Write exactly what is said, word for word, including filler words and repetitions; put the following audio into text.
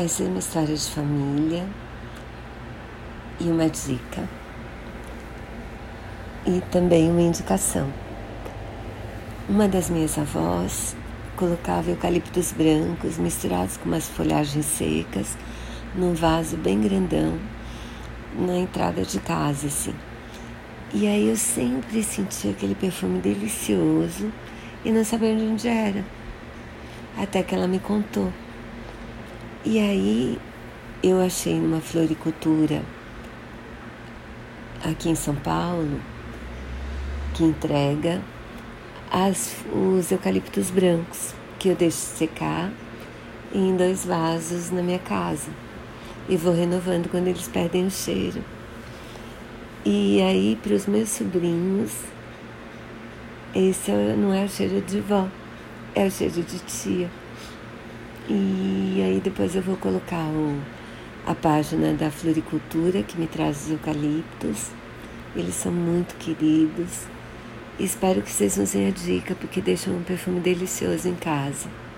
Essa é uma história de família e uma dica. E também uma indicação. Uma das minhas avós colocava eucaliptos brancos misturados com umas folhagens secas num vaso bem grandão na entrada de casa, assim. E aí eu sempre sentia aquele perfume delicioso e não sabia de onde era, até que ela me contou. E aí eu achei numa floricultura aqui em São Paulo que entrega as, os eucaliptos brancos que eu deixo secar em dois vasos na minha casa e vou renovando quando eles perdem o cheiro. E aí para os meus sobrinhos, esse não é o cheiro de vó, é o cheiro de tia. E aí depois eu vou colocar o, a página da floricultura que me traz os eucaliptos. Eles são muito queridos. Espero que vocês usem a dica, porque deixam um perfume delicioso em casa.